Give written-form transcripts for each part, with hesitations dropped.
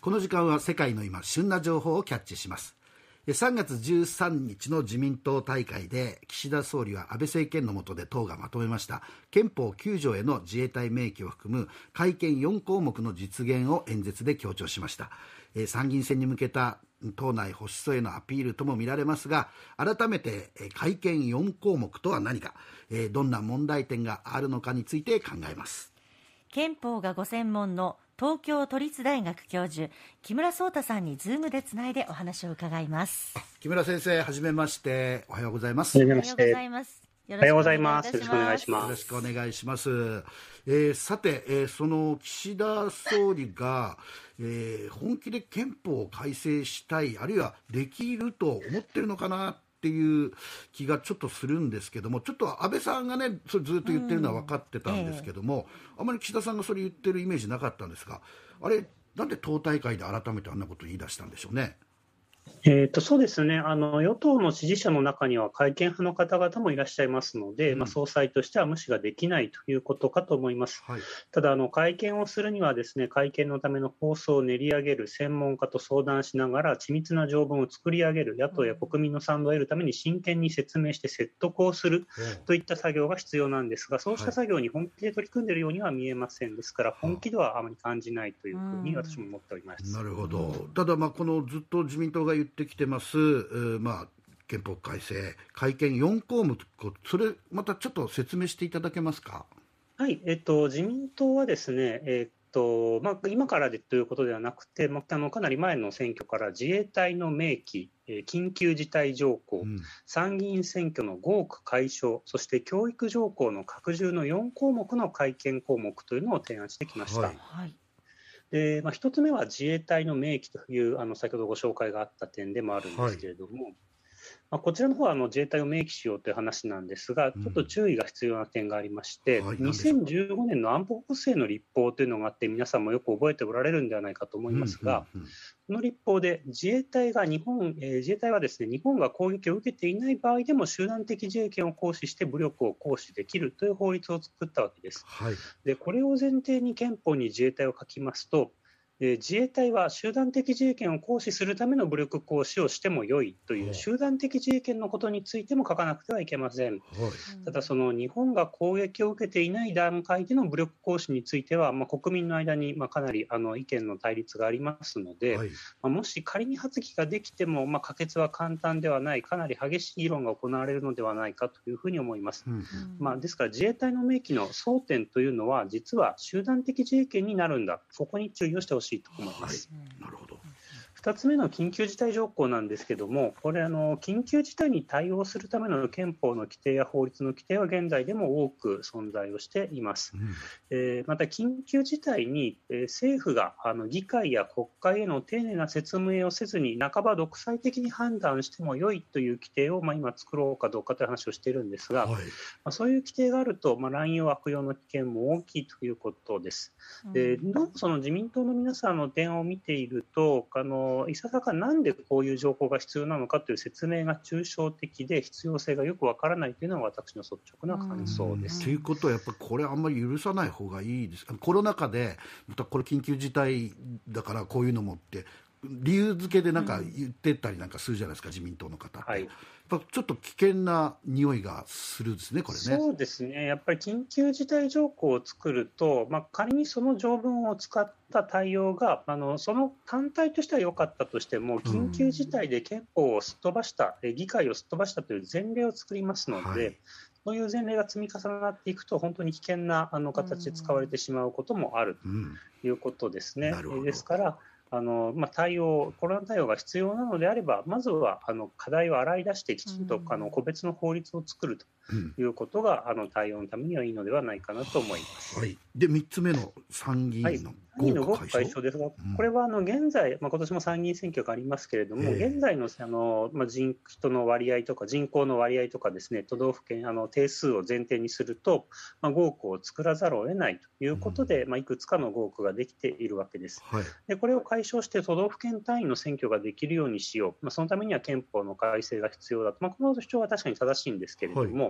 この時間は世界の今旬な情報をキャッチします。3月13日の自民党大会で岸田総理は安倍政権の下で党がまとめました憲法9条への自衛隊明記を含む改憲4項目の実現を演説で強調しました。参議院選に向けた党内保守層へのアピールとも見られますが、改めて改憲4項目とは何か、どんな問題点があるのかについて考えます。 憲法がご専門の東京都立大学教授木村壮太さんにズームでつないでお話を伺います。 木村先生、はじめまして。おはようございます。 おはようございます。 おはようございます。よろしくお願いします。 よろしくお願いします。さて、その岸田総理が、本気で憲法を改正したい、あるいはできると思ってるのかなっていう気がちょっとするんですけども、ちょっと安倍さんがねそれずっと言ってるのは分かってたんですけども、あまり岸田さんがそれ言ってるイメージなかったんですが、あれなんで党大会で改めてあんなことを言い出したんでしょうね。 そうですね、与党の支持者の中には改憲派の方々もいらっしゃいますので、総裁としては無視ができないということかと思います。はい、ただ改憲をするにはですね、改憲のための構想を練り上げる専門家と相談しながら緻密な条文を作り上げる、野党や国民の賛同を得るために真剣に説明して説得をするといった作業が必要なんですが、そうした作業に本気で取り組んでいるようには見えません。ですから本気ではあまり感じないというふうに私も思っております。 なるほど。ただこのずっと自民党が言ってきてます、憲法改正改憲4項目、それまたちょっと説明していただけますか。 はい、自民党はですね、今からでということではなくて、かなり前の選挙から自衛隊の明記、緊急事態条項、参議院選挙の合区解消、そして教育条項の拡充の4項目の改憲項目というのを提案してきました。はい、で1つ目は自衛隊の明記という先ほどご紹介があった点でもあるんですけれども、こちらの方は自衛隊を明記しようという話なんですが、ちょっと注意が必要な点がありまして、2015年の安保法制の立法というのがあって、皆さんもよく覚えておられるんではないかと思いますが、この立法で自衛隊はですね、日本が攻撃を受けていない場合でも集団的自衛権を行使して武力を行使できるという法律を作ったわけです。でこれを前提に憲法に自衛隊を書きますと、自衛隊は集団的自衛権を行使するための武力行使をしても良いという集団的自衛権のことについても書かなくてはいけません。ただその日本が攻撃を受けていない段階での武力行使については、国民の間にかなり意見の対立がありますので、もし仮に発議ができても、可決は簡単ではない、かなり激しい議論が行われるのではないかというふうに思います。ですから自衛隊の明記の争点というのは実は集団的自衛権になるんだ、ここに注意をしてほしいと思います。 なるほど。 2つ目の緊急事態条項なんですけども、これ緊急事態に対応するための憲法の規定や法律の規定は現在でも多く存在をしています。また緊急事態に政府が議会や国会への丁寧な説明をせずに半ば独裁的に判断しても良いという規定を今作ろうかどうかという話をしているんですが、そういう規定があると乱用悪用の危険も大きいということです。どうもその自民党の皆さんの点を見ていると、いささかなんでこういう条項が必要なのかという説明が抽象的で必要性がよくわからないというのが私の率直な感想です。 ということはやっぱりこれあんまり許さない方がいいです。コロナ禍でまたこれ緊急事態だからこういうのもって理由付けでなんか言ってたりなんかするじゃないですか、自民党の方って。ちょっと危険な匂いがするですね、これね。 そうですね、やっぱり緊急事態条項を作ると、仮にその条文を使った対応がその単体としては良かったとしても、緊急事態で憲法をすっ飛ばした、議会をすっ飛ばしたという前例を作りますので、そういう前例が積み重なっていくと本当に危険な形で使われてしまうこともあるということですね。ですからコロナ対応が必要なのであれば、まずは課題を洗い出してきちんと個別の法律を作るということが対応のためにはいいのではないかなと思います。 で3つ目の参議院の合区解消ですが、これは現在、今年も参議院選挙がありますけれども、現在の人の割合とか人口の割合とかですね、都道府県定数を前提にすると、合区を作らざるを得ないということで、いくつかの合区ができているわけです。でこれを解消して都道府県単位の選挙ができるようにしよう、そのためには憲法の改正が必要だと、この主張は確かに正しいんですけれども、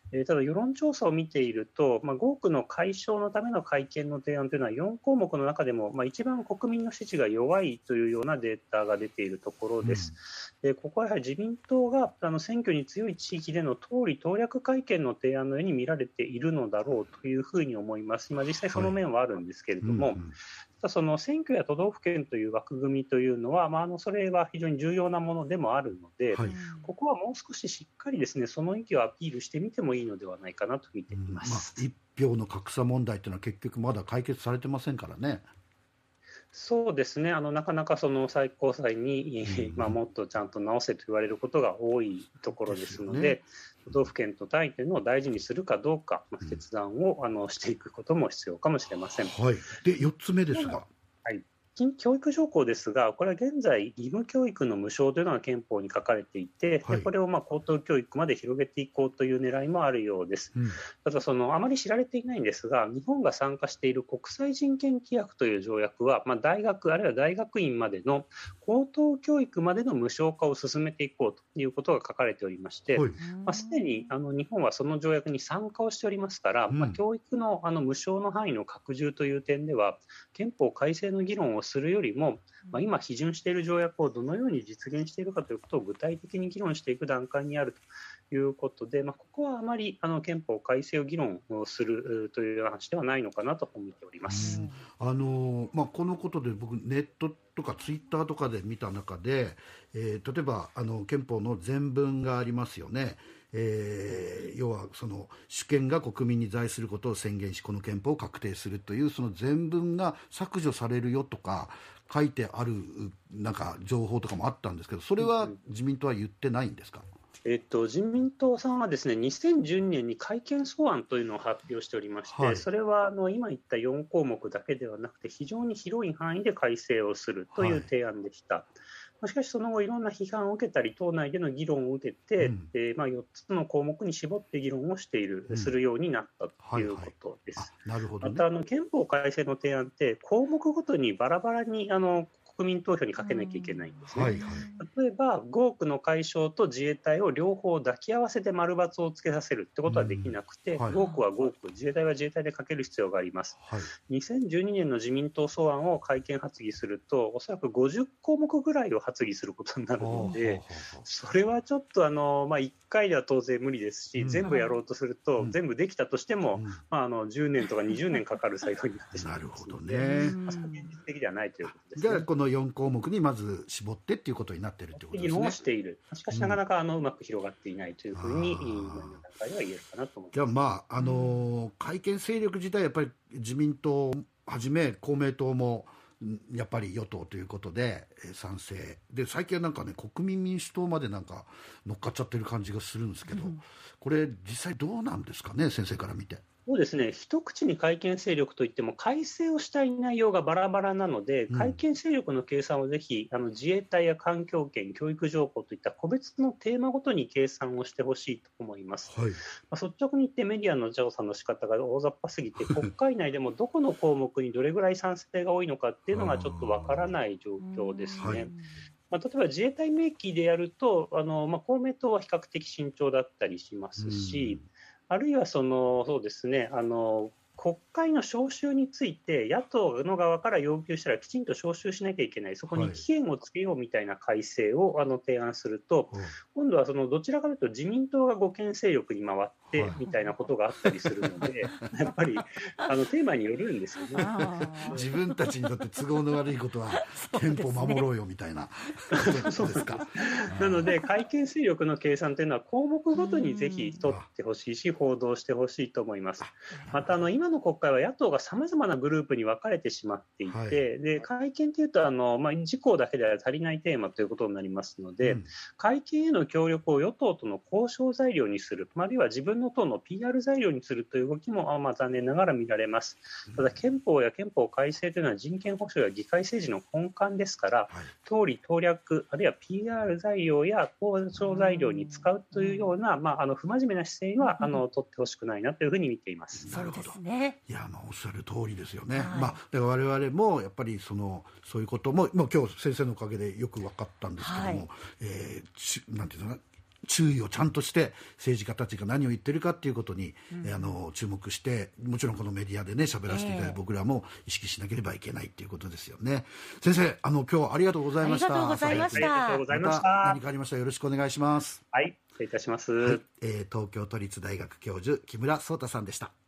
ただ、世論調査を見ていると、合区の解消のための改憲の提案というのは、4項目の中でも、一番国民の支持が弱いというようなデータが出ているところです。ここはやはり自民党が選挙に強い地域での党利党略改憲の提案のように見られているのだろうというふうに思います。実際その面はあるんですけれども、その選挙や都道府県という枠組みというのは、それは非常に重要なものでもあるので、ここはもう少ししっかりですね、その意義をアピールしてみてもいいのではないかなと見ています。 一票の格差問題というのは結局まだ解決されてませんからね。 そうですね、なかなかその最高裁に、もっとちゃんと直せと言われることが多いところですので、都道府県と単位というのを大事にするかどうか、決断をしていくことも必要かもしれません。 で4つ目ですが、 教育条項ですが、これは現在、義務教育の無償というのが憲法に書かれていて、これを高等教育まで広げていこうという狙いもあるようです。ただあまり知られていないんですが、日本が参加している国際人権規約という条約は、大学あるいは大学院までの高等教育までの無償化を進めていこうということが書かれておりまして、すでに日本はその条約に参加をしておりますから、教育の無償の範囲の拡充という点では、憲法改正の議論をするよりも、今、批准している条約をどのように実現しているかということを具体的に議論していく段階にあるということで、ここはあまり憲法改正を議論をするという話ではないのかなと思っております。 このことで僕、ネットとかツイッターとかで見た中で、例えば憲法の前文がありますよね。要はその主権が国民に在することを宣言し、この憲法を確定するというその前文が削除されるよとか書いてあるなんか情報とかもあったんですけど、それは自民党は言ってないんですか？ 自民党さんはですね、2012年に改憲草案というのを発表しておりまして、それは今言った4項目だけではなくて、非常に広い範囲で改正をするという提案でした。しかし、その後いろんな批判を受けたり、党内での議論を受けて、4つの項目に絞って議論をするようになったということです。 なるほどね。 また憲法改正の提案って、項目ごとにバラバラに国民投票にかけなきゃいけないんですね。例えば、合区の解消と自衛隊を両方抱き合わせて丸×をつけさせるってことはできなくて、合区は合区、自衛隊は自衛隊でかける必要があります。2012年の自民党草案を改憲発議すると、おそらく50項目ぐらいを発議することになるので、それはちょっと1回では当然無理ですし、全部やろうとすると、全部できたとしても、10年とか20年かかる作業になってしまいますので、現実的ではないということですね。 じゃあこの4項目にまず絞ってっていうことになっているということですね。 議論をしている。しかしなかなかうまく広がっていないというふうに今の段階では言えるかなと思います。 じゃあ改憲勢力自体やっぱり自民党をはじめ公明党もやっぱり与党ということで賛成で、最近はなんかね国民民主党までなんか乗っかっちゃってる感じがするんですけど、これ実際どうなんですかね、先生から見て。 そうですね、一口に改憲勢力といっても改正をしたい内容がバラバラなので、改憲勢力の計算をぜひ自衛隊や環境権、教育条項といった個別のテーマごとに計算をしてほしいと思います。率直に言ってメディアの調査の仕方が大雑把すぎて、国会内でもどこの項目にどれぐらい賛成が多いのかっていうのがちょっとわからない状況ですね。例えば自衛隊明記でやると公明党は比較的慎重だったりしますし、あるいはそうですね、国会の召集について野党の側から要求したらきちんと召集しなきゃいけない、そこに期限をつけようみたいな改正を提案すると、今度はどちらかというと自民党が護憲勢力に回ってみたいなことがあったりするので、やっぱりテーマによるんですよね。 自分たちにとって都合の悪いことは憲法守ろうよみたいなそうですか。 なので改憲勢力の計算というのは項目ごとにぜひ取ってほしいし報道してほしいと思います。また今の国会は野党がさまざまなグループに分かれてしまっていて、で改憲というと自公だけでは足りないテーマということになりますので、改憲への協力を与党との交渉材料にする、あるいは自分の党の PR 材料にするという動きも残念ながら見られます。ただ憲法や憲法改正というのは人権保障や議会政治の根幹ですから、党利党略あるいは PR 材料や交渉材料に使うというような、不真面目な姿勢は取ってほしくないなというふうに見ています。 そうですね。 いやおっしゃる通りですよね。だから我々もやっぱりそういうことも今日先生のおかげでよく分かったんですけども、なんていうのかな、 注意をちゃんとして政治家たちが何を言ってるかっていうことに、注目して、もちろんこのメディアでね喋らせていただいて、僕らも意識しなければいけないっていうことですよね。先生、今日はありがとうございました。 ありがとうございました。 ありがとうございました。 また何かありましたらよろしくお願いします。 はい、失礼いたします。 はい、東京都立大学教授木村壮太さんでした。